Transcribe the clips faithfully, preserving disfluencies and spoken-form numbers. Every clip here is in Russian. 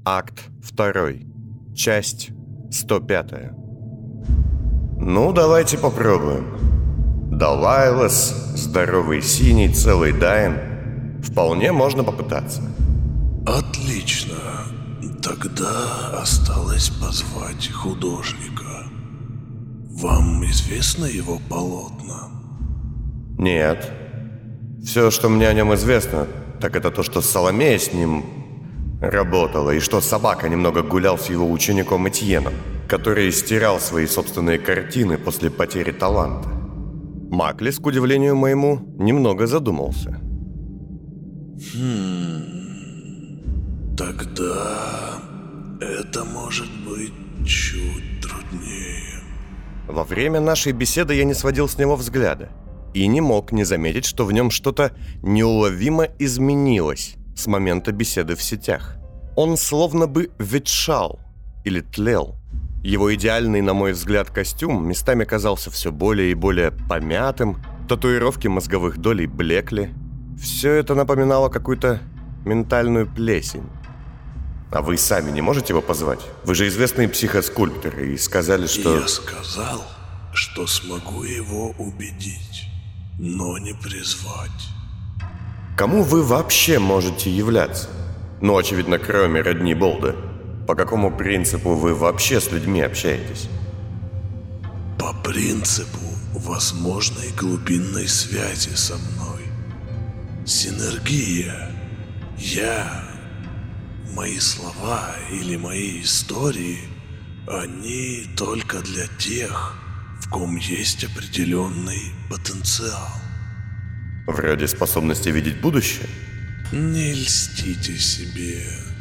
Акт второй. Часть сто пятая. Ну, давайте попробуем. Далайлас, здоровый синий, целый Дайн. Вполне можно попытаться. Отлично. Тогда осталось позвать художника. Вам известно его полотна? Нет. Все, что мне о нем известно, так это то, что Соломея с ним работала, и что собака немного гулял с его учеником Этьеном, который стирал свои собственные картины после потери таланта. Маклис, к удивлению моему, немного задумался. Хм... Тогда это может быть чуть труднее. Во время нашей беседы я не сводил с него взгляда и не мог не заметить, что в нем что-то неуловимо изменилось с момента беседы в сетях. Он словно бы ветшал или тлел. Его идеальный, на мой взгляд, костюм местами казался все более и более помятым, татуировки мозговых долей блекли. Все это напоминало какую-то ментальную плесень. А вы сами не можете его позвать? Вы же известные психоскульпторы и сказали, что... Я сказал, что смогу его убедить, но не призвать. Кому вы вообще можете являться? Ну, очевидно, кроме родни Болда. По какому принципу вы вообще с людьми общаетесь? По принципу возможной глубинной связи со мной. Синергия. Я... Мои слова или мои истории, они только для тех, в ком есть определенный потенциал. Вроде способности видеть будущее? Не льстите себе,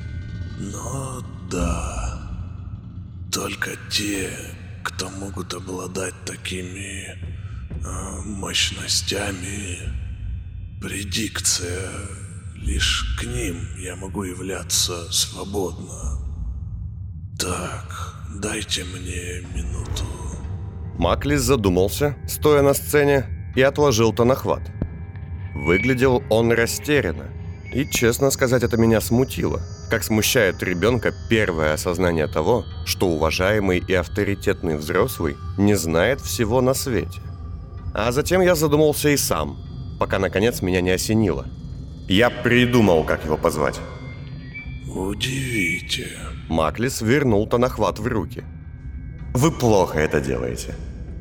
но да. Только те, кто могут обладать такими э, мощностями, предикция... Лишь к ним я могу являться свободно. Так, дайте мне минуту. Маклис задумался, стоя на сцене, и отложил тонахват. Выглядел он растерянно. И, честно сказать, это меня смутило. Как смущает ребенка первое осознание того, что уважаемый и авторитетный взрослый не знает всего на свете. А затем я задумался и сам, пока наконец меня не осенило. Я придумал, как его позвать. Удивите. Маклис вернул тонахват в руки. Вы плохо это делаете.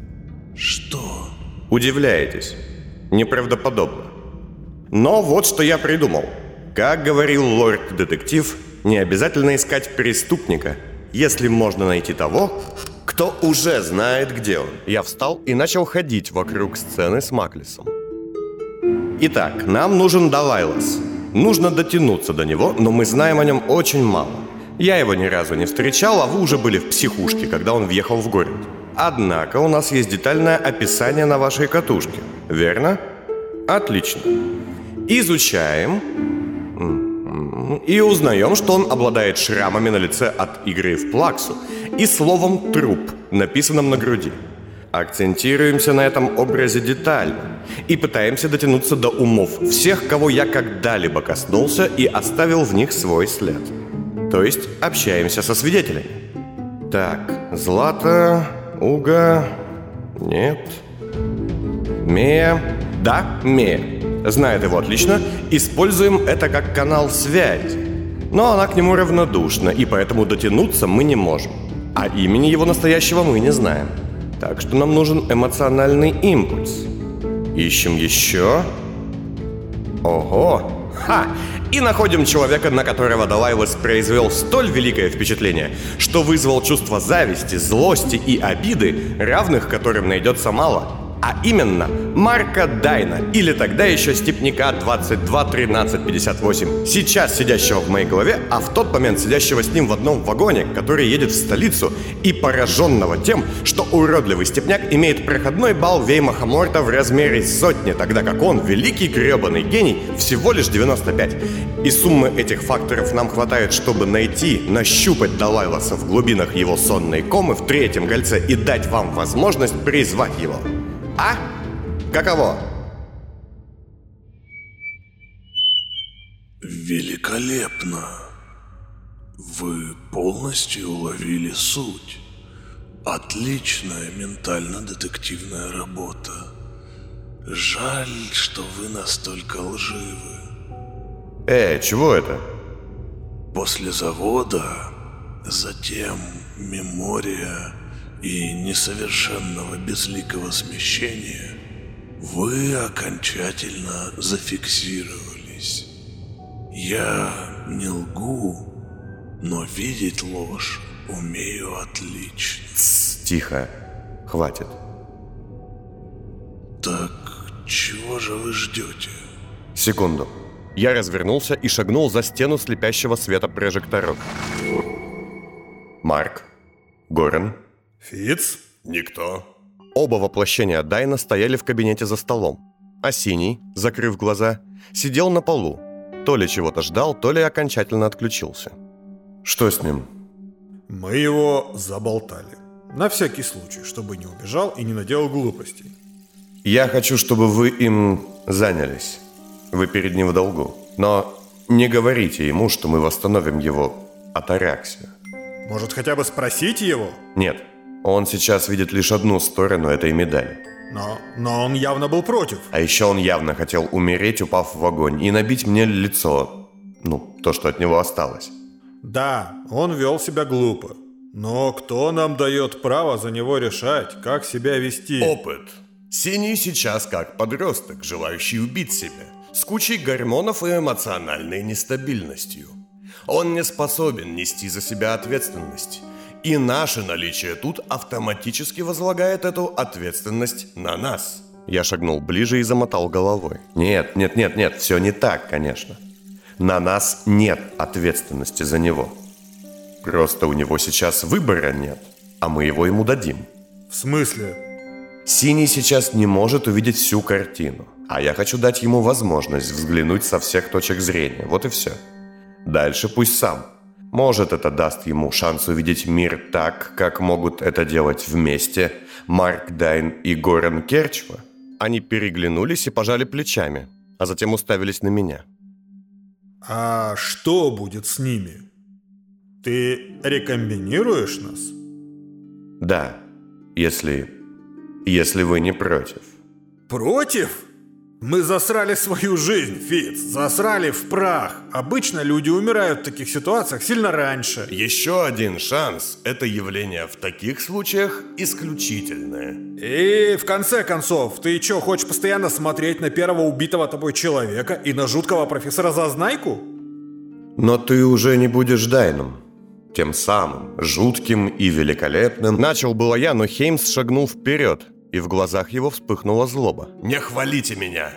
Что? Удивляетесь. Неправдоподобно. Но вот что я придумал. Как говорил лорд-детектив, не обязательно искать преступника, если можно найти того, кто уже знает, где он. Я встал и начал ходить вокруг сцены с Маклисом. Итак, нам нужен Далайлас. Нужно дотянуться до него, но мы знаем о нем очень мало. Я его ни разу не встречал, а вы уже были в психушке, когда он въехал в город. Однако у нас есть детальное описание на вашей катушке, верно? Отлично. Изучаем и узнаем, что он обладает шрамами на лице от игры в плаксу и словом «труп», написанным на груди. Акцентируемся на этом образе детально и пытаемся дотянуться до умов всех, кого я когда-либо коснулся и оставил в них свой след. То есть общаемся со свидетелями. Так, Злата, Уга... Нет... Мея... Да, Мея. Знает его отлично. Используем это как канал связи. Но она к нему равнодушна, и поэтому дотянуться мы не можем. А имени его настоящего мы не знаем. Так что нам нужен эмоциональный импульс. Ищем еще. Ого! Ха! И находим человека, на которого Далайлас произвел столь великое впечатление, что вызвал чувство зависти, злости и обиды, равных которым найдется мало. А именно, Марка Дайна, или тогда еще степняка двадцать два тринадцать пятьдесят восемь, сейчас сидящего в моей голове, а в тот момент сидящего с ним в одном вагоне, который едет в столицу, и пораженного тем, что уродливый степняк имеет проходной балл Веймаха Морта в размере сотни, тогда как он, великий гребаный гений, всего лишь девяносто пять. И суммы этих факторов нам хватает, чтобы найти, нащупать Далайласа в глубинах его сонной комы в третьем кольце и дать вам возможность призвать его. А? Каково? Великолепно. Вы полностью уловили суть. Отличная ментально-детективная работа. Жаль, что вы настолько лживы. Эй, чего это? После завода, затем мемория и несовершенного безликого смещения вы окончательно зафиксировались. Я не лгу, но видеть ложь умею отлично. Тс, тихо. Хватит. Так чего же вы ждете? Секунду. Я развернулся и шагнул за стену слепящего света прожекторок. Марк? Горан? Фитц? Никто. Оба воплощения Дайна стояли в кабинете за столом, а Синий, закрыв глаза, сидел на полу. То ли чего-то ждал, то ли окончательно отключился. Что с ним? Мы его заболтали. На всякий случай, чтобы не убежал и не наделал глупостей. Я хочу, чтобы вы им занялись. Вы перед ним в долгу. Но не говорите ему, что мы восстановим его атараксию. Может, хотя бы спросите его? Нет, он сейчас видит лишь одну сторону этой медали. Но, но он явно был против. А еще он явно хотел умереть, упав в огонь, и набить мне лицо. Ну, то, что от него осталось. Да, он вел себя глупо. Но кто нам дает право за него решать, как себя вести? Опыт. Синий сейчас как подросток, желающий убить себя, с кучей гормонов и эмоциональной нестабильностью. Он не способен нести за себя ответственность. И наше наличие тут автоматически возлагает эту ответственность на нас. Я шагнул ближе и замотал головой. Нет, нет, нет, нет, все не так, конечно. На нас нет ответственности за него. Просто у него сейчас выбора нет, а мы его ему дадим. В смысле? Синий сейчас не может увидеть всю картину, а я хочу дать ему возможность взглянуть со всех точек зрения. Вот и все. Дальше пусть сам. Может, это даст ему шанс увидеть мир так, как могут это делать вместе Марк Дайн и Горан Керчва. Они переглянулись и пожали плечами, а затем уставились на меня. А что будет с ними? Ты рекомбинируешь нас? Да, если... если вы не против. Против? Мы засрали свою жизнь, Фитц, засрали в прах. Обычно люди умирают в таких ситуациях сильно раньше. Еще один шанс – это явление в таких случаях исключительное. И в конце концов, ты что, хочешь постоянно смотреть на первого убитого тобой человека и на жуткого профессора Зазнайку? Но ты уже не будешь Дайном. Тем самым, жутким и великолепным. Начал было я, но Хеймс шагнул вперед, и в глазах его вспыхнула злоба. «Не хвалите меня!»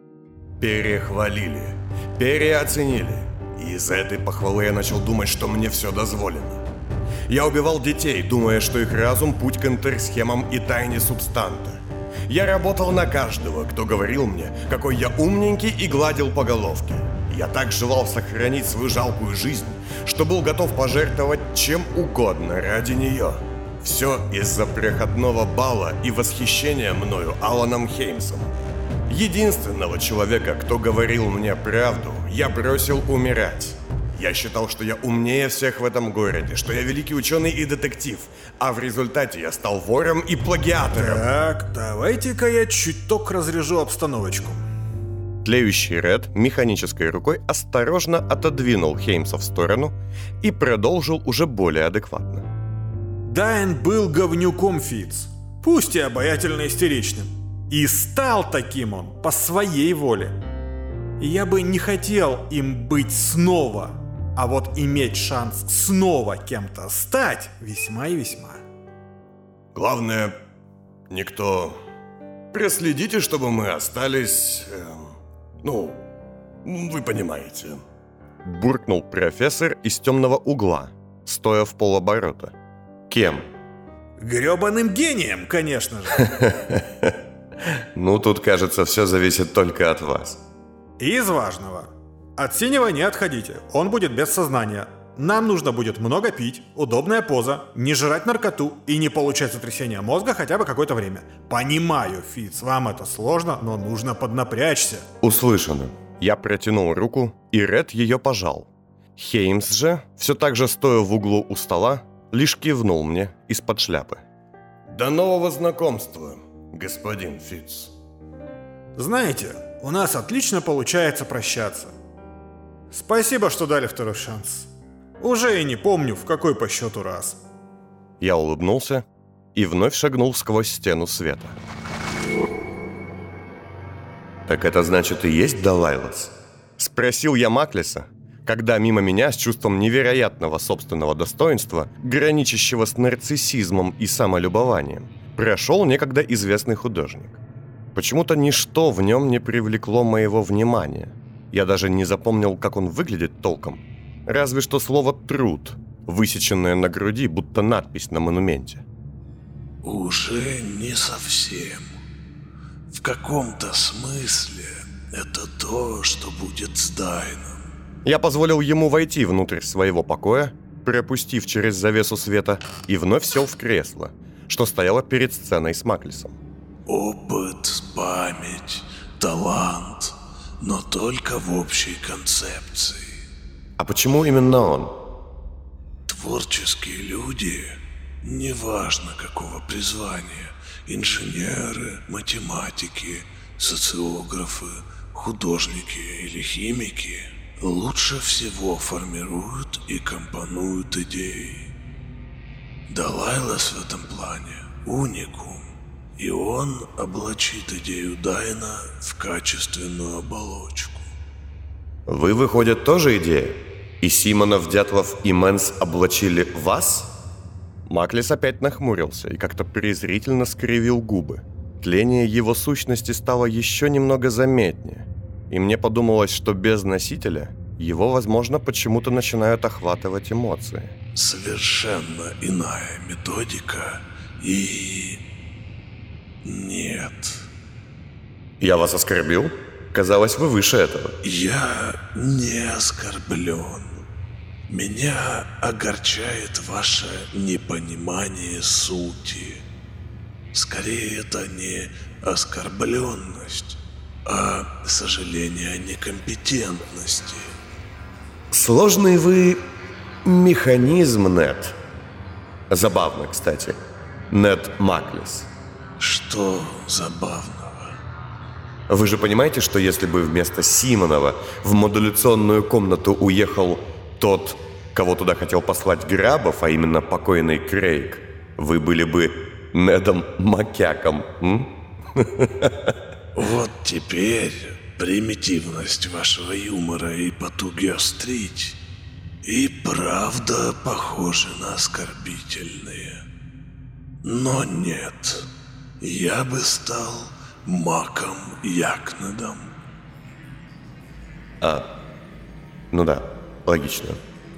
Перехвалили, переоценили. И из-за этой похвалы я начал думать, что мне все дозволено. Я убивал детей, думая, что их разум – путь к интерсхемам и тайне субстанта. Я работал на каждого, кто говорил мне, какой я умненький, и гладил по головке. Я так желал сохранить свою жалкую жизнь, что был готов пожертвовать чем угодно ради нее. Все из-за проходного балла и восхищения мною Аланом Хеймсом. Единственного человека, кто говорил мне правду, я бросил умирать. Я считал, что я умнее всех в этом городе, что я великий ученый и детектив, а в результате я стал вором и плагиатором. Так, давайте-ка я чуток разряжу обстановочку. Тлеющий Ред механической рукой осторожно отодвинул Хеймса в сторону и продолжил уже более адекватно. Дайн был говнюком, Фитц, пусть и обаятельно истеричным. И стал таким он по своей воле. И я бы не хотел им быть снова, а вот иметь шанс снова кем-то стать весьма и весьма. Главное, никто... Проследите, чтобы мы остались... Э, ну, вы понимаете. Буркнул профессор из темного угла, стоя в полоборота. Кем? Гребаным гением, конечно же. Ну, тут, кажется, все зависит только от вас. Из важного. От Синего не отходите, он будет без сознания. Нам нужно будет много пить, удобная поза, не жрать наркоту и не получать сотрясение мозга хотя бы какое-то время. Понимаю, Фитц, вам это сложно, но нужно поднапрячься. Услышано. Я протянул руку, и Ред ее пожал. Хеймс же, все так же стоя в углу у стола, лишь кивнул мне из-под шляпы. «До нового знакомства, господин Фитц». Знаете, у нас отлично получается прощаться. Спасибо, что дали второй шанс. Уже и не помню, в какой по счету раз. Я улыбнулся и вновь шагнул сквозь стену света. «Так это значит и есть Далайлас?» — спросил я Маклиса, когда мимо меня с чувством невероятного собственного достоинства, граничащего с нарциссизмом и самолюбованием, прошел некогда известный художник. Почему-то ничто в нем не привлекло моего внимания. Я даже не запомнил, как он выглядит толком. Разве что слово «труд», высеченное на груди, будто надпись на монументе. Уже не совсем. В каком-то смысле это то, что будет с Дайном. Я позволил ему войти внутрь своего покоя, пропустив через завесу света, и вновь сел в кресло, что стояло перед сценой с Маклисом. Опыт, память, талант, но только в общей концепции. А почему именно он? Творческие люди, неважно какого призвания, инженеры, математики, социографы, художники или химики, лучше всего формируют и компонуют идеи. Далайлас в этом плане уникум, и он облачит идею Дайна в качественную оболочку. Вы, выходит, тоже идея? И Симонов, Дятлов и Мэнс облачили вас? Маклис опять нахмурился и как-то презрительно скривил губы. Тление его сущности стало еще немного заметнее, и мне подумалось, что без носителя его, возможно, почему-то начинают охватывать эмоции. Совершенно иная методика и... нет. Я вас оскорбил? Казалось, вы выше этого. Я не оскорблен. Меня огорчает ваше непонимание сути. Скорее, это не оскорбленность, а сожаление о некомпетентности. Сложный вы механизм, Нед. Забавно, кстати. Нед Маклис. Что забавного? Вы же понимаете, что если бы вместо Симонова в модуляционную комнату уехал тот, кого туда хотел послать Грабов, а именно покойный Крейг, вы были бы Недом Макяком, м? Вот теперь примитивность вашего юмора и потуги острить и правда похожи на оскорбительные. Но нет, я бы стал Маком Якнедом. А, ну да, логично.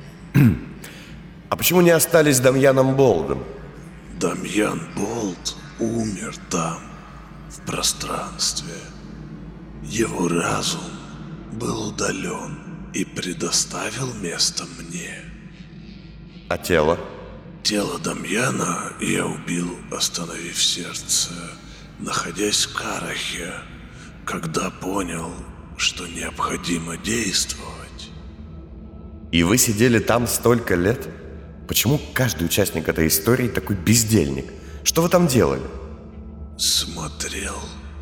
А почему не остались Дамьяном Болдом? Дамьян Болд умер там, в пространстве. Его разум был удален и предоставил место мне. А тело? Тело Дамьяна я убил, остановив сердце, находясь в Карахе, когда понял, что необходимо действовать. И вы сидели там столько лет? Почему каждый участник этой истории такой бездельник? Что вы там делали? Смотрел.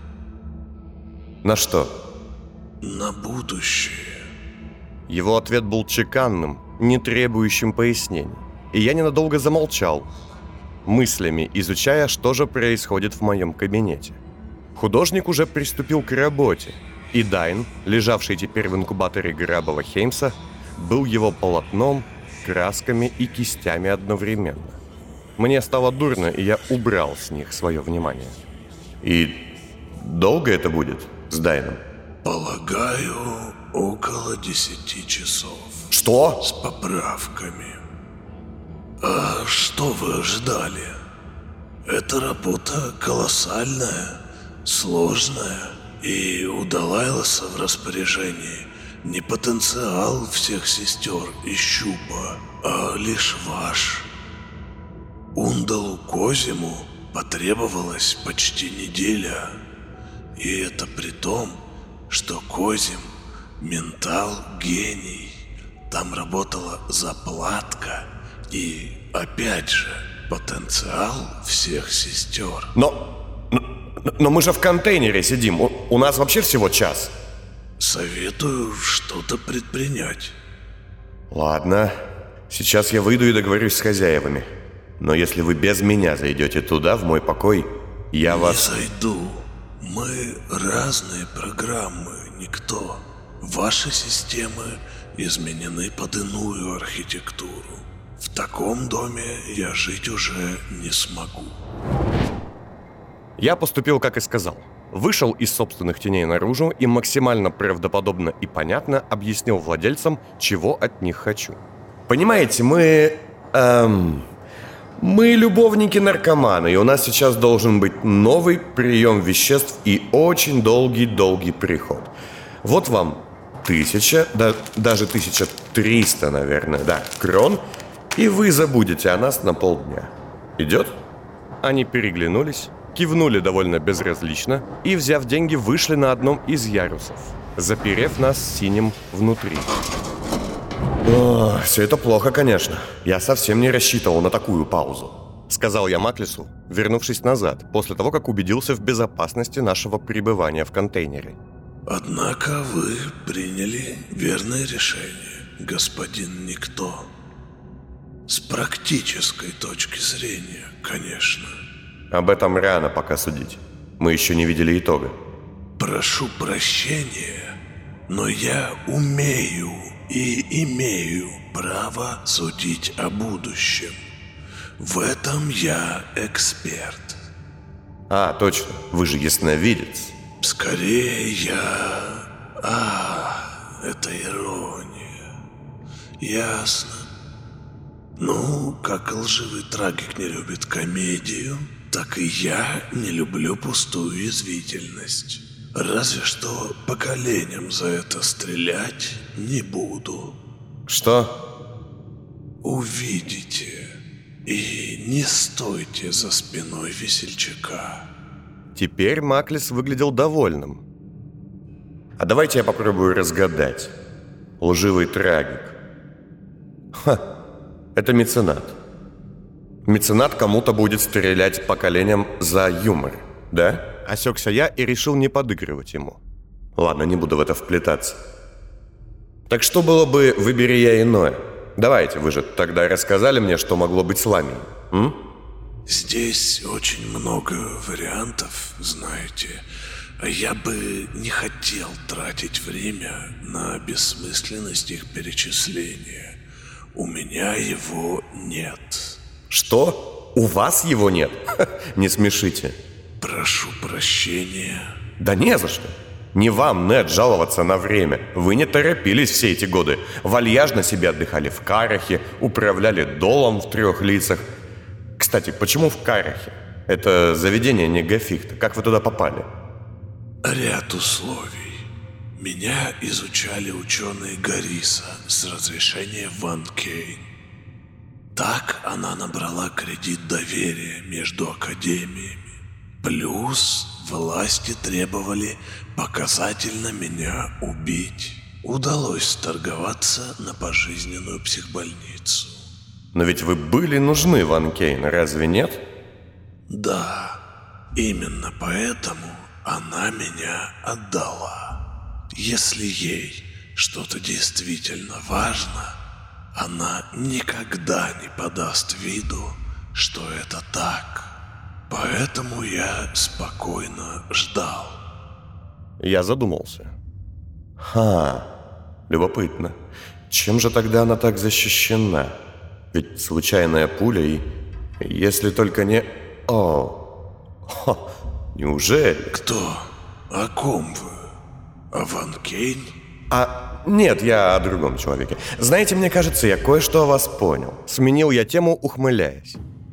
На что? На будущее. Его ответ был чеканным, не требующим пояснений. И я ненадолго замолчал, мыслями изучая, что же происходит в моем кабинете. Художник уже приступил к работе, и Дайн, лежавший теперь в инкубаторе Грабова Хеймса, был его полотном, красками и кистями одновременно. Мне стало дурно, и я убрал с них свое внимание. И долго это будет с Дайном? Полагаю, около десяти часов. Что? С поправками. А что вы ожидали? Эта работа колоссальная, сложная, и у Далайласа в распоряжении не потенциал всех сестер и щупа, а лишь ваш. Ундалу Козиму потребовалась почти неделя, и это при том, что Козим — ментал гений, Там работала заплатка и, опять же, потенциал всех сестер. Но, но, но мы же в контейнере сидим. У, у нас вообще всего час. Советую что-то предпринять. Ладно, сейчас я выйду и договорюсь с хозяевами. Но если вы без меня зайдете туда, в мой покой, я Не вас... зайду. Мы разные программы, никто. Ваши системы изменены под иную архитектуру. В таком доме я жить уже не смогу. Я поступил, как и сказал. Вышел из собственных теней наружу и максимально правдоподобно и понятно объяснил владельцам, чего от них хочу. Понимаете, мы... Эм, мы любовники-наркоманы, и у нас сейчас должен быть новый прием веществ и очень долгий-долгий приход. Вот вам тысяча, да, даже тысяча триста, наверное, да, крон, и вы забудете о нас на полдня. Идет? Они переглянулись, кивнули довольно безразлично и, взяв деньги, вышли на одном из ярусов, заперев нас синим внутри. О, все это плохо, конечно. Я совсем не рассчитывал на такую паузу, сказал я Маклису, вернувшись назад, после того, как убедился в безопасности нашего пребывания в контейнере. Однако вы приняли верное решение, господин Никто. С практической точки зрения, конечно. Об этом рано пока судить. Мы еще не видели итога. Прошу прощения, но я умею и имею право судить о будущем. В этом я эксперт. А, точно, вы же ясновидец. Скорее я... А, это ирония. Ясно. Ну, как лживый трагик не любит комедию, так и я не люблю пустую язвительность. Разве что поколениям за это стрелять не буду. Что? Увидите. И не стойте за спиной весельчака. Теперь Маклис выглядел довольным. А давайте я попробую разгадать. Лживый трагик. Ха, это меценат. Меценат кому-то будет стрелять поколениям за юмор, да? Осекся я и решил не подыгрывать ему. Ладно, не буду в это вплетаться. Так что было бы, выбери я иное? Давайте, вы же тогда рассказали мне, что могло быть с Ламией, м? Здесь очень много вариантов, знаете. А я бы не хотел тратить время на бессмысленность их перечисления. У меня его нет. Что? У вас его нет? Ха, не смешите. Прошу прощения. Да не за что. Не вам, Нед, жаловаться на время. Вы не торопились все эти годы. Вальяжно себе отдыхали в Карахе, управляли долом в трех лицах. Кстати, почему в Карахе? Это заведение не Гафихта. Как вы туда попали? Ряд условий. Меня изучали ученые Гариса с разрешения Ван Кейн. Так она набрала кредит доверия между академиями. Плюс власти требовали показательно меня убить. Удалось торговаться на пожизненную психбольницу. Но ведь вы были нужны Ван Кейн, разве нет? Да, именно поэтому она меня отдала. Если ей что-то действительно важно, она никогда не подаст виду, что это так. Поэтому я спокойно ждал. Я задумался. Ха, любопытно. Чем же тогда она так защищена? Ведь случайная пуля и... Если только не... О, ха, неужели? Кто? О ком вы? О Ван Кейн? А, нет, я о другом человеке. Знаете, мне кажется, я кое-что о вас понял. Сменил я тему, ухмыляясь.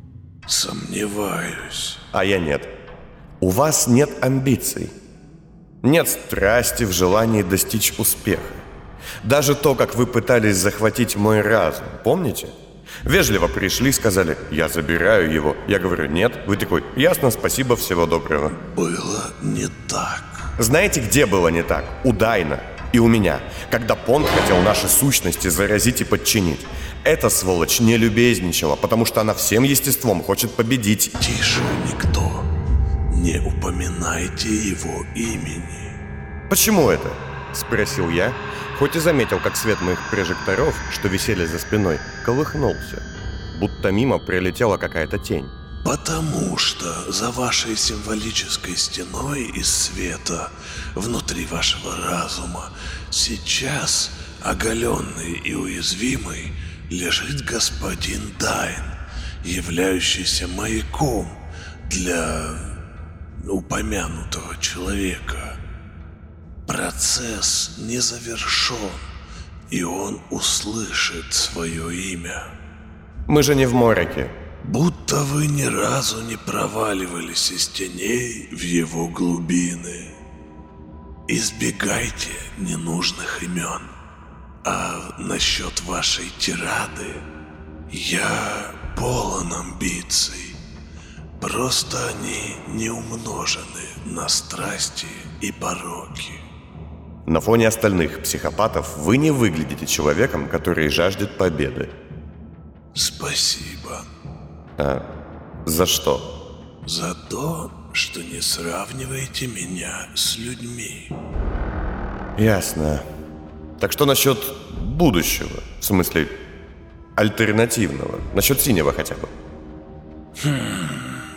Сомневаюсь. А я нет. У вас нет амбиций. Нет страсти в желании достичь успеха. Даже то, как вы пытались захватить мой разум, помните? Вежливо пришли, сказали, я забираю его. Я говорю, нет. Вы такой, ясно, спасибо, всего доброго. Было не так. Знаете, где было не так? У Дайна. и у меня, когда Понт хотел наши сущности заразить и подчинить. Эта сволочь не любезничала, потому что она всем естеством хочет победить. Тише, никто. Не упоминайте его имени. «Почему это?» – спросил я, хоть и заметил, как свет моих прожекторов, что висели за спиной, колыхнулся, будто мимо прилетела какая-то тень. Потому что за вашей символической стеной из света внутри вашего разума сейчас, оголенный и уязвимый, лежит господин Дайн, являющийся маяком для упомянутого человека. Процесс не завершен, и он услышит свое имя. Мы же не в мороке. Будто вы ни разу не проваливались из теней в его глубины. Избегайте ненужных имен. А насчет вашей тирады я полон амбиций. Просто они не умножены на страсти и пороки. На фоне остальных психопатов вы не выглядите человеком, который жаждет победы. Спасибо. А за что? За то, что не сравниваете меня с людьми. Ясно. Так что насчет будущего? В смысле, альтернативного? Насчет синего хотя бы? Хм,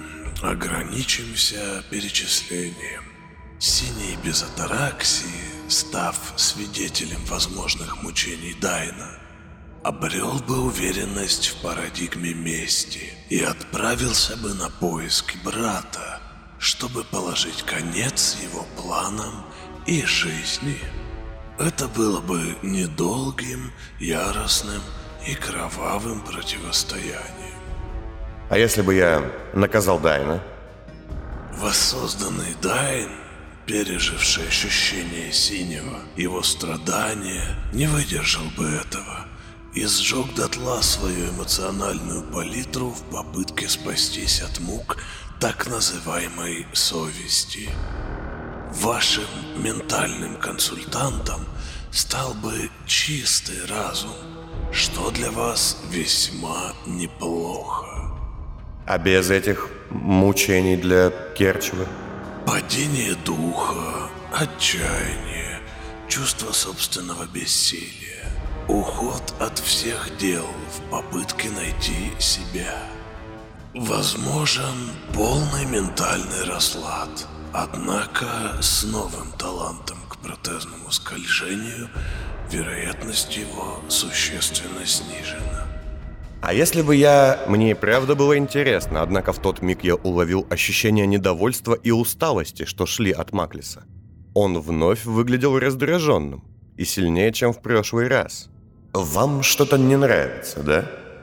ограничимся перечислением. Синий без атараксии, став свидетелем возможных мучений Дайна, обрел бы уверенность в парадигме мести и отправился бы на поиски брата, чтобы положить конец его планам и жизни. Это было бы недолгим, яростным и кровавым противостоянием. А если бы я наказал Дайна? Воссозданный Дайн, переживший ощущение синего, его страдания, не выдержал бы этого и сжег дотла свою эмоциональную палитру в попытке спастись от мук так называемой совести. Вашим ментальным консультантом стал бы чистый разум, что для вас весьма неплохо. А без этих мучений для Керчева? Падение духа, отчаяние, чувство собственного бессилия, уход от всех дел в попытке найти себя. Возможен полный ментальный разлад, однако с новым талантом к протезному скольжению вероятность его существенно снижена. А если бы я... Мне и правда было интересно, однако в тот миг я уловил ощущение недовольства и усталости, что шли от Маклиса. Он вновь выглядел раздраженным и сильнее, чем в прошлый раз. Вам что-то не нравится, да?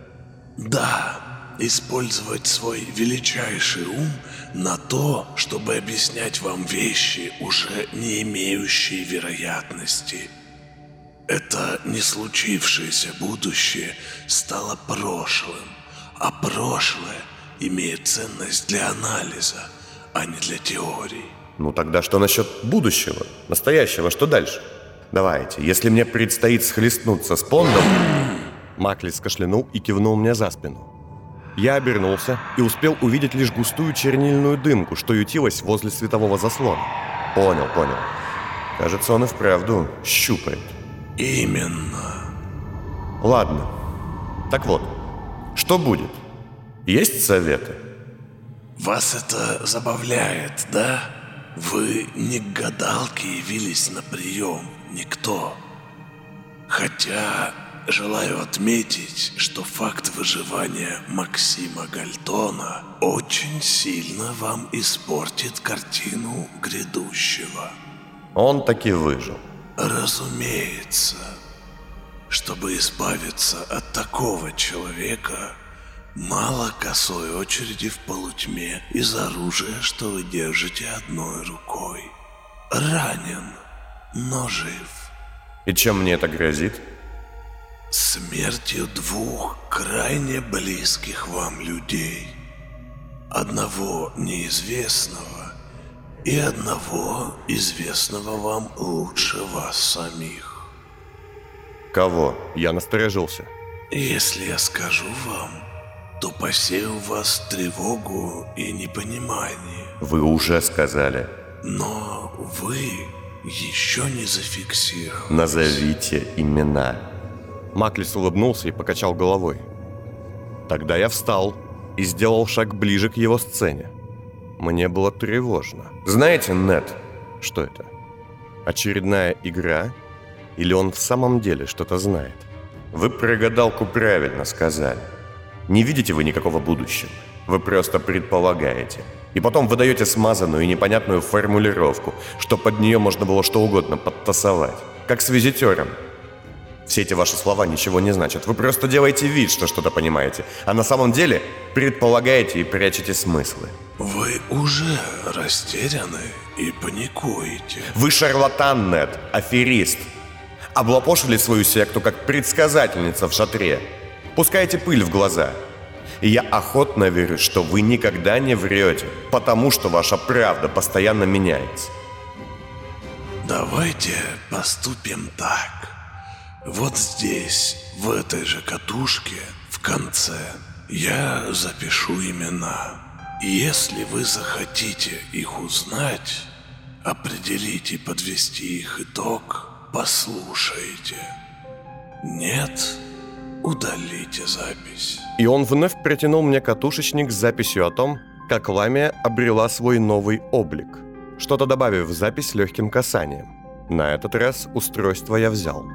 Да, использовать свой величайший ум на то, чтобы объяснять вам вещи, уже не имеющие вероятности. Это не случившееся будущее стало прошлым, а прошлое имеет ценность для анализа, а не для теорий. Ну тогда что насчет будущего? Настоящего, что дальше? Давайте, если мне предстоит схлестнуться с Пондом... Маклис кашлянул и кивнул мне за спину. Я обернулся и успел увидеть лишь густую чернильную дымку, что ютилась возле светового заслона. Понял, понял. Кажется, он и вправду щупает. Именно. Ладно. Так вот, что будет? Есть советы? Вас это забавляет, да? Вы не к гадалке явились на прием, никто. Хотя желаю отметить, что факт выживания Максима Гальтона очень сильно вам испортит картину грядущего. Он таки выжил. Разумеется. Чтобы избавиться от такого человека, мало косой очереди в полутьме из оружия, что вы держите одной рукой. Ранен, но жив. И чем мне это грозит? Смертью двух крайне близких вам людей. Одного неизвестного и одного, известного вам лучше вас самих. Кого? Я насторожился. Если я скажу вам, то посею в вас тревогу и непонимание. Вы уже сказали. Но вы еще не зафиксировали. Назовите имена. Маклис улыбнулся и покачал головой. Тогда я встал и сделал шаг ближе к его сцене. Мне было тревожно. Знаете, Нед, что это? Очередная игра? Или он в самом деле что-то знает? Вы про гадалку правильно сказали. Не видите вы никакого будущего. Вы просто предполагаете. И потом выдаете смазанную и непонятную формулировку, что под нее можно было что угодно подтасовать. Как с визитером. Все эти ваши слова ничего не значат. Вы просто делаете вид, что что-то понимаете. А на самом деле предполагаете и прячете смыслы. Вы уже растеряны и паникуете. Вы шарлатан, Нед, аферист. Облапошили свою секту как предсказательница в шатре. Пускаете пыль в глаза. И я охотно верю, что вы никогда не врете, потому что ваша правда постоянно меняется. Давайте поступим так. Вот здесь, в этой же катушке, в конце, я запишу имена. И если вы захотите их узнать, определить и подвести их итог, послушайте. Нет, удалите запись. И он вновь протянул мне катушечник с записью о том, как Ламия обрела свой новый облик, что-то добавив в запись легким касанием. На этот раз устройство я взял.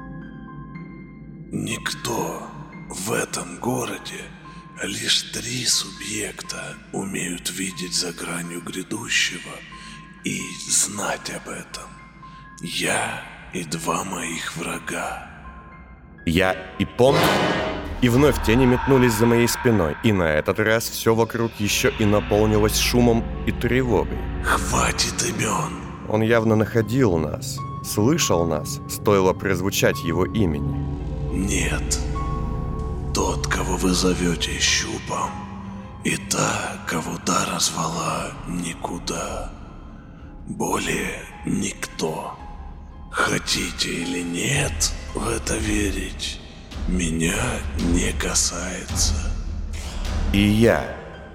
Никто в этом городе, лишь три субъекта умеют видеть за гранью грядущего и знать об этом. Я и два моих врага. Я и Понт. И вновь тени метнулись за моей спиной, и на этот раз все вокруг еще и наполнилось шумом и тревогой. Хватит имен. Он явно находил нас, слышал нас, стоило прозвучать его имени. Нет. Тот, кого вы зовете щупом, и та, кого Дара звала никуда. Более никто. Хотите или нет в это верить, меня не касается. И я.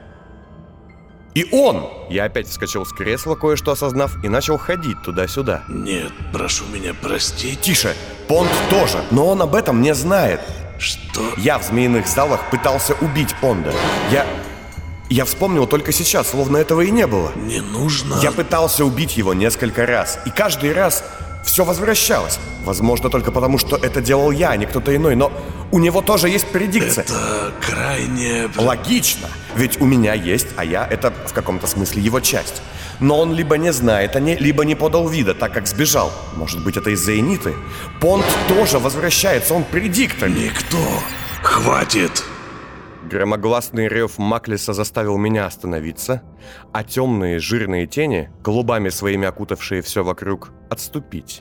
И он! Я опять вскочил с кресла, кое-что осознав, и начал ходить туда-сюда. Нет, прошу меня простить. Тише! Понт тоже, но он об этом не знает. Что? Я в змеиных залах пытался убить Понда. Я... Я вспомнил только сейчас, словно этого и не было. Не нужно... Я пытался убить его несколько раз, и каждый раз все возвращалось. Возможно, только потому, что это делал я, а не кто-то иной, но у него тоже есть предикция. Это крайне... Логично, ведь у меня есть, а я — это в каком-то смысле его часть. Но он либо не знает о ней, либо не подал вида, так как сбежал. Может быть, это из-за Эниты? Понт тоже возвращается, он предиктор. Никто. Хватит. Громогласный рев Маклиса заставил меня остановиться, а темные жирные тени, клубами своими окутавшие все вокруг, отступить.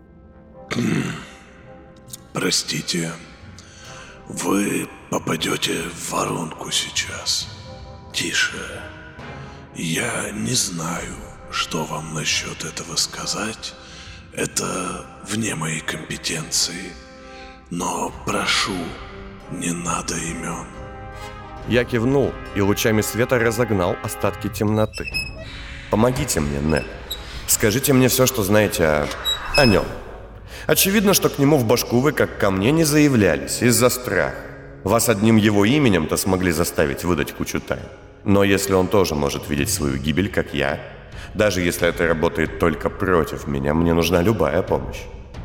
Простите, вы попадете в воронку сейчас. Тише. Я не знаю, что вам насчет этого сказать. Это вне моей компетенции. Но прошу, не надо имен. Я кивнул и лучами света разогнал остатки темноты. Помогите мне, Нед. Скажите мне все, что знаете о... о нем. Очевидно, что к нему в башку вы, как ко мне, не заявлялись из-за страха. Вас одним его именем-то смогли заставить выдать кучу тайн. Но если он тоже может видеть свою гибель, как я, даже если это работает только против меня, мне нужна любая помощь.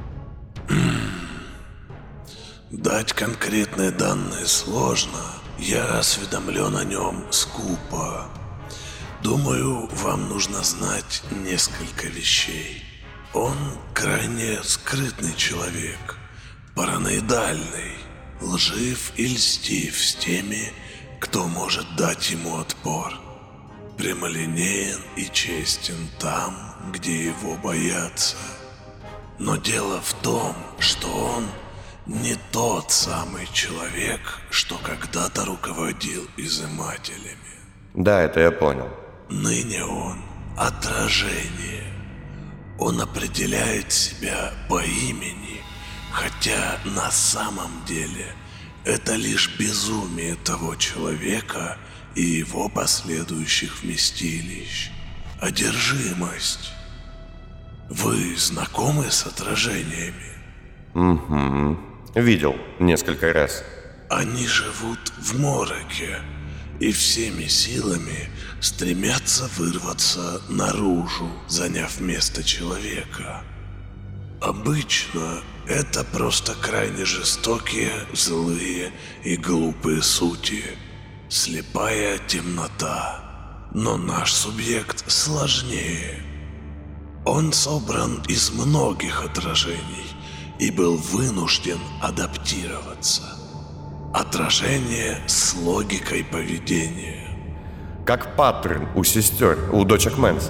Дать конкретные данные сложно. Я осведомлен о нем скупо. Думаю, вам нужно знать несколько вещей. Он крайне скрытный человек, параноидальный, лжив и льстив с теми, кто может дать ему отпор. Прямолинеен и честен там, где его боятся. Но дело в том, что он не тот самый человек, что когда-то руководил изымателями. Да, это я понял. Ныне он отражение. Он определяет себя по имени, хотя на самом деле это лишь безумие того человека и его последующих вместилищ. Одержимость. Вы знакомы с отражениями? Угу. Видел несколько раз. Они живут в мороке и всеми силами стремятся вырваться наружу, заняв место человека. Обычно это просто крайне жестокие, злые и глупые сути, слепая темнота. Но наш субъект сложнее. Он собран из многих отражений и был вынужден адаптироваться. Отражение с логикой поведения. Как паттерн у сестер, у дочек Мэнса.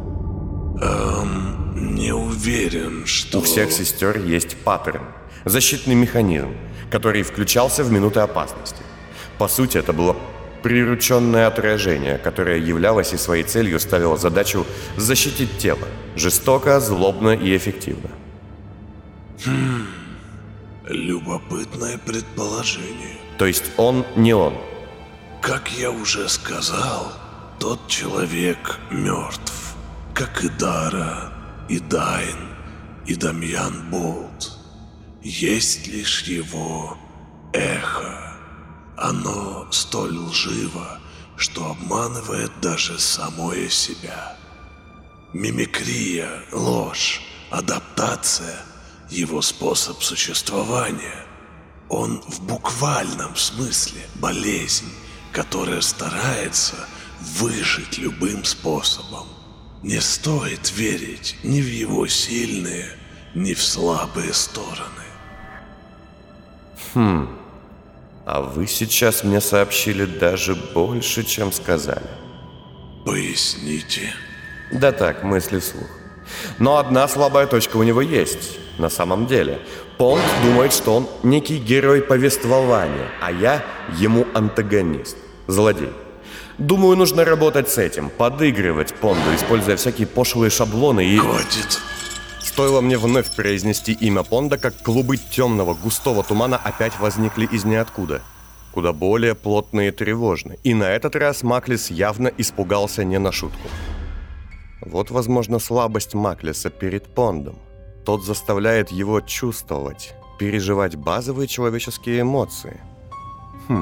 Эм, не уверен, что... У всех сестер есть паттерн. Защитный механизм, который включался в минуты опасности. По сути, это было прирученное отражение, которое являлось и своей целью ставило задачу защитить тело. Жестоко, злобно и эффективно. Хм... Любопытное предположение. То есть он не он. Как я уже сказал, тот человек мертв, как и Дара, и Дайн, и Дамьян Болт. Есть лишь его эхо. Оно столь лживо, что обманывает даже самое себя. Мимикрия, ложь, адаптация — его способ существования. Он в буквальном смысле болезнь, которая старается выжить любым способом. Не стоит верить ни в его сильные, ни в слабые стороны. Хм... А вы сейчас мне сообщили даже больше, чем сказали. Поясните. Да так, мысли вслух. Но одна слабая точка у него есть. На самом деле, Понд думает, что он некий герой повествования, а я ему антагонист, злодей. Думаю, нужно работать с этим, подыгрывать Понду, используя всякие пошлые шаблоны и... Хватит. Стоило мне вновь произнести имя Понда, как клубы темного, густого тумана опять возникли из ниоткуда. Куда более плотные и тревожные. И на этот раз Маклис явно испугался не на шутку. Вот, возможно, слабость Маклиса перед Пондом. Тот заставляет его чувствовать, переживать базовые человеческие эмоции. Хм.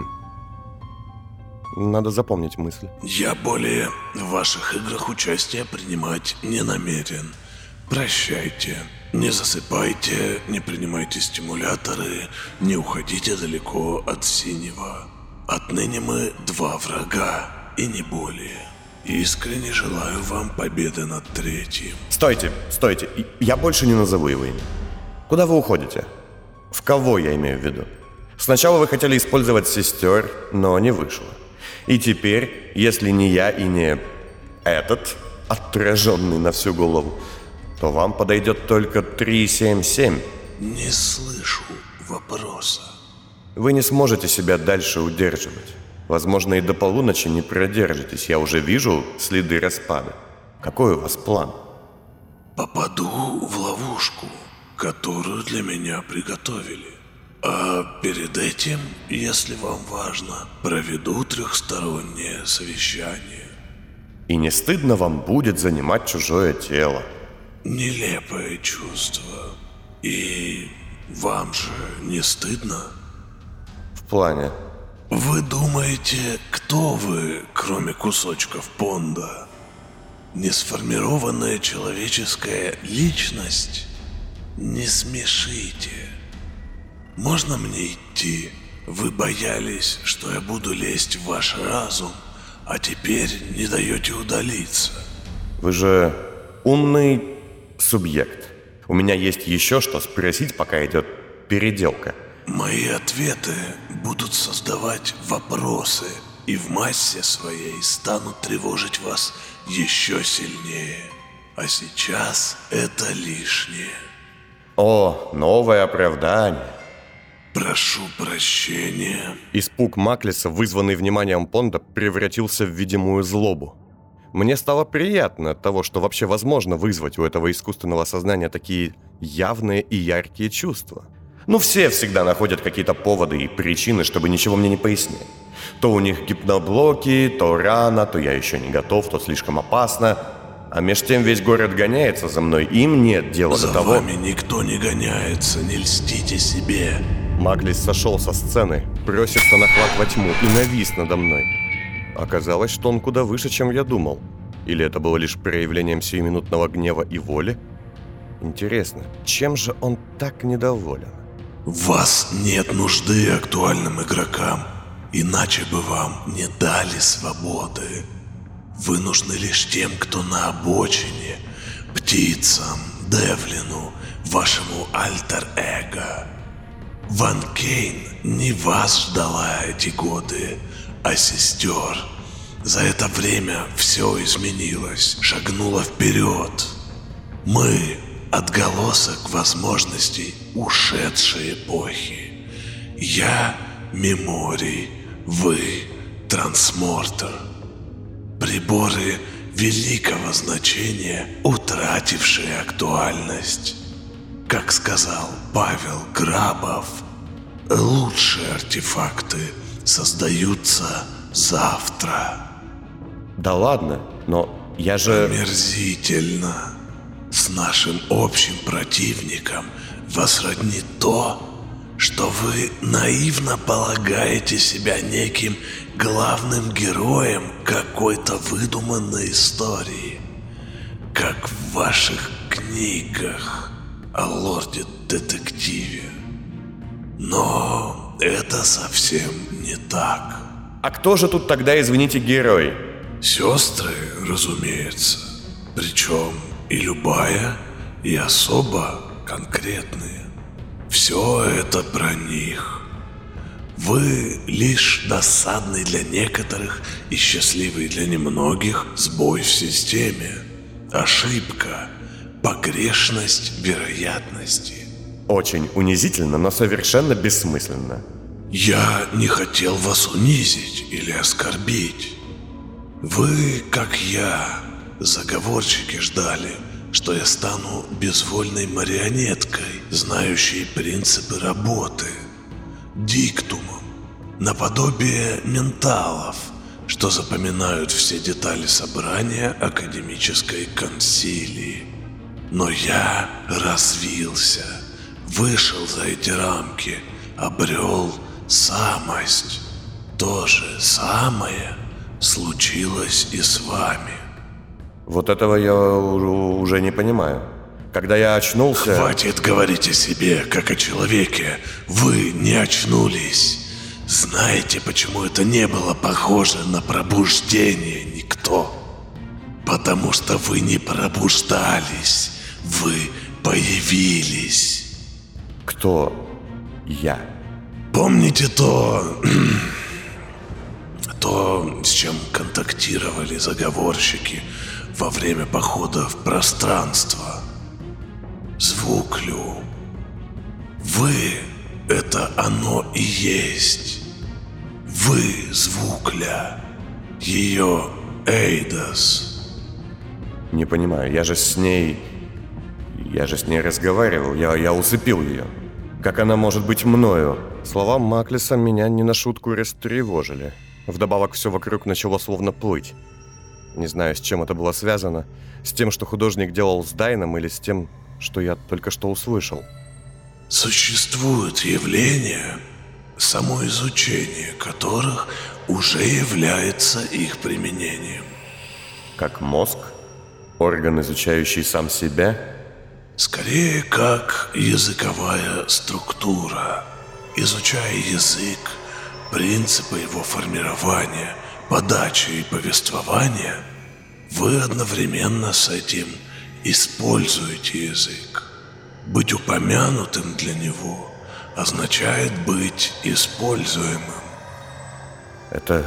Надо запомнить мысль. Я более в ваших играх участие принимать не намерен. Прощайте. Не засыпайте, не принимайте стимуляторы, не уходите далеко от синего. Отныне мы два врага, и не более. Искренне желаю вам победы над третьим. Стойте, стойте, я больше не назову его имя. Куда вы уходите? В кого я имею в виду? Сначала вы хотели использовать сестер, но не вышло. И теперь, если не я и не этот, отраженный на всю голову, то вам подойдет только три семь семь. Не слышу вопроса. Вы не сможете себя дальше удерживать. Возможно, и до полуночи не продержитесь. Я уже вижу следы распада. Какой у вас план? Попаду в ловушку, которую для меня приготовили. А перед этим, если вам важно, проведу трехстороннее совещание. И не стыдно вам будет занимать чужое тело? Нелепое чувство. И вам же не стыдно? В плане? Вы думаете, кто вы, кроме кусочков Понда? Несформированная человеческая личность? Не смешите. Можно мне идти? Вы боялись, что я буду лезть в ваш разум, а теперь не даете удалиться. Вы же умный субъект. У меня есть еще что спросить, пока идет переделка. Мои ответы будут создавать вопросы и в массе своей станут тревожить вас еще сильнее. А сейчас это лишнее. О, новое оправдание. Прошу прощения. Испуг Маклиса, вызванный вниманием Понда, превратился в видимую злобу. Мне стало приятно от того, что вообще возможно вызвать у этого искусственного сознания такие явные и яркие чувства. Ну, все всегда находят какие-то поводы и причины, чтобы ничего мне не пояснять. То у них гипноблоки, то рано, то я еще не готов, то слишком опасно. А меж тем весь город гоняется за мной, им нет дела за до того... За вами никто не гоняется, не льстите себе. Маклис сошел со сцены, бросился на хват во тьму и навис надо мной. Оказалось, что он куда выше, чем я думал. Или это было лишь проявлением сиюминутного гнева и воли? Интересно, чем же он так недоволен? В вас нет нужды актуальным игрокам, иначе бы вам не дали свободы. Вы нужны лишь тем, кто на обочине, птицам, Девлину, вашему альтер-эго. Ван Кейн не вас ждала эти годы, а сестер. За это время все изменилось, шагнуло вперед. Мы — отголосок возможностей ушедшей эпохи. Я — Меморий, вы — Трансмортер. Приборы великого значения, утратившие актуальность. Как сказал Павел Грабов, лучшие артефакты создаются завтра. Да ладно, но я же... Омерзительно. С нашим общим противником вас роднит то, что вы наивно полагаете себя неким главным героем какой-то выдуманной истории, как в ваших книгах о лорде-детективе. Но это совсем не так. А кто же тут тогда, извините, герой? Сестры, разумеется. Причем и любая, и особо конкретные. Все это про них. Вы лишь досадный для некоторых и счастливый для немногих сбой в системе. Ошибка, погрешность вероятности. Очень унизительно, но совершенно бессмысленно. Я не хотел вас унизить или оскорбить. Вы, как я, заговорщики, ждали, что я стану безвольной марионеткой, знающей принципы работы, диктумом, наподобие менталов, что запоминают все детали собрания академической консилии. Но я развился, вышел за эти рамки, обрел самость. То же самое случилось и с вами. Вот этого я уже не понимаю. Когда я очнулся... Хватит говорить о себе, как о человеке. Вы не очнулись. Знаете, почему это не было похоже на пробуждение, никто? Потому что вы не пробуждались. Вы появились. Кто я? Помните то... то, с чем контактировали заговорщики во время похода в пространство? Звуклю. Вы — это оно и есть. Вы — Звукля. Ее Эйдос. Не понимаю, я же с ней... Я же с ней разговаривал, я, я усыпил ее. Как она может быть мною? Слова Маклиса меня не на шутку растревожили. Вдобавок все вокруг начало словно плыть. Не знаю, с чем это было связано. С тем, что художник делал с Дайном, или с тем, что я только что услышал. Существуют явления, само изучение которых уже является их применением. Как мозг? Орган, изучающий сам себя? Скорее, как языковая структура. Изучая язык, принципы его формирования, подачи и повествования, вы одновременно с этим используете язык. Быть упомянутым для него означает быть используемым. Это...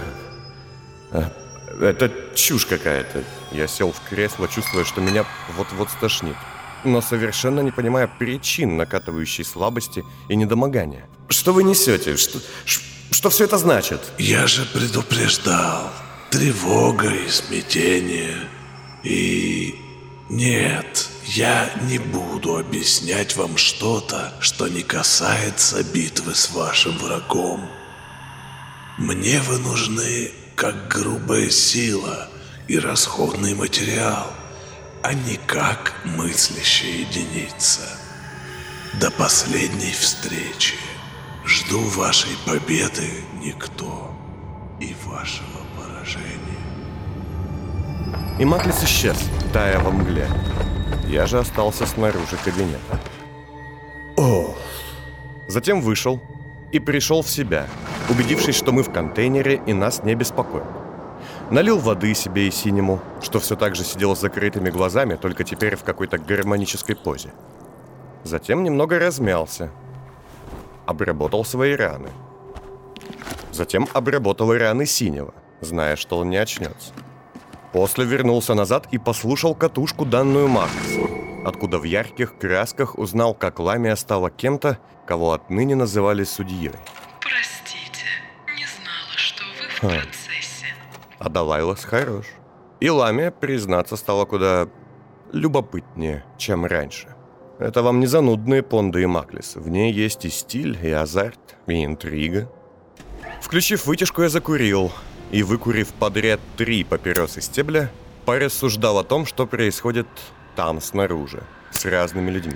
Это чушь какая-то. Я сел в кресло, чувствуя, что меня вот-вот стошнит, но совершенно не понимая причин накатывающей слабости и недомогания. Что вы несете? Что, что все это значит? Я же предупреждал. тревога и смятение. И нет, я не буду объяснять вам что-то, что не касается битвы с вашим врагом. Мне вы нужны как грубая сила и расходный материал, а не как мыслящая единица. До последней встречи. Жду вашей победы, никто, и вашего поражения. И Маклис исчез, тая во мгле. Я же остался снаружи кабинета. О! Затем вышел и пришел в себя, убедившись, что мы в контейнере и нас не беспокоят. Налил воды себе и синему, что все так же сидел с закрытыми глазами, только теперь в какой-то гармонической позе. Затем немного размялся. Обработал свои раны. Затем обработал и раны синего, зная, что он не очнется. После вернулся назад и послушал катушку, данную Маклису, откуда в ярких красках узнал, как Ламия стала кем-то, кого отныне называли судьей. Простите, не знала, что вы в Ха. процессе. А Далайлас хорош. И Ламия, признаться, стала куда любопытнее, чем раньше. Это вам не занудные Понды и Маклис. В ней есть и стиль, и азарт, и интрига. Включив вытяжку, я закурил. И, выкурив подряд три папиросы стебля, порассуждал о том, что происходит там, снаружи, с разными людьми.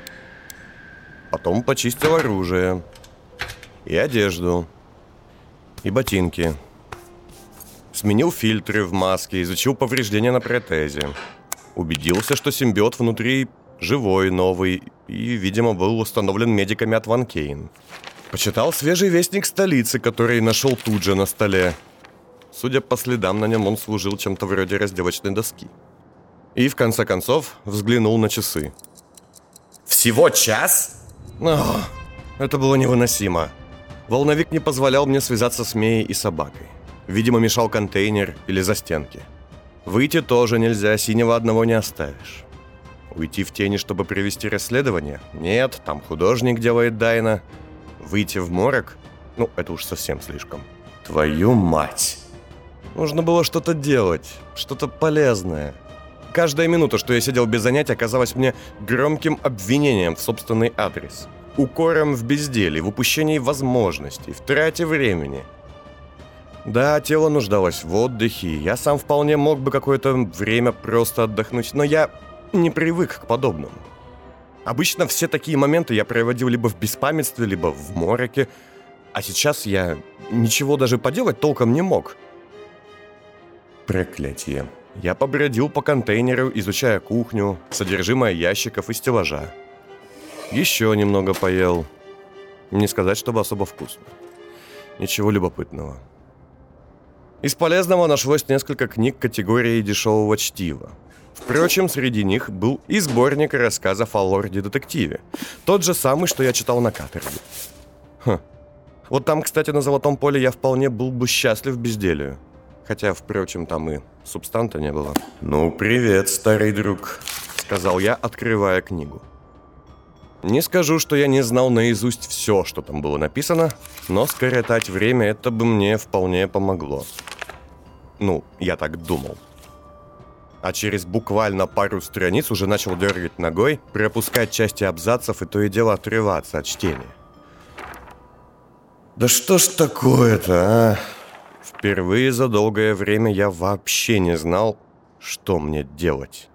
Потом почистил оружие, и одежду, и ботинки. Сменил фильтры в маске, изучил повреждения на протезе. Убедился, что симбиот внутри живой, новый, и, видимо, был установлен медиками от Ван Кейн. Почитал свежий вестник столицы, который нашел тут же на столе. Судя по следам, на нем он служил чем-то вроде разделочной доски. И, в конце концов, взглянул на часы. Всего час? О, это было невыносимо. Волновик не позволял мне связаться с Меей и собакой. Видимо, мешал контейнер или застенки. Выйти тоже нельзя, синего одного не оставишь. Уйти в тени, чтобы провести расследование? Нет, там художник делает Дайна. Выйти в морок? Ну, это уж совсем слишком. Твою мать! Нужно было что-то делать, что-то полезное. Каждая минута, что я сидел без занятия, казалась мне громким обвинением в собственный адрес. Укором в безделии, в упущении возможностей, в трате времени. Да, тело нуждалось в отдыхе, я сам вполне мог бы какое-то время просто отдохнуть, но я не привык к подобному. Обычно все такие моменты я проводил либо в беспамятстве, либо в мороке, а сейчас я ничего даже поделать толком не мог. Проклятие. Я побродил по контейнеру, изучая кухню, содержимое ящиков и стеллажа. Еще немного поел. Не сказать, чтобы особо вкусно. Ничего любопытного. Из полезного нашлось несколько книг категории дешевого чтива. Впрочем, среди них был и сборник рассказов о лорде-детективе. Тот же самый, что я читал на каторге. Хм. Вот там, кстати, на Золотом поле я вполне был бы счастлив безделью. Хотя, впрочем, там и субстанта не было. «Ну, привет, старый друг», — сказал я, открывая книгу. Не скажу, что я не знал наизусть все, что там было написано, но скоротать время это бы мне вполне помогло. Ну, я так думал. А через буквально пару страниц уже начал дергать ногой, пропускать части абзацев и то и дело отрываться от чтения. Да что ж такое-то, а? Впервые за долгое время я вообще не знал, что мне делать.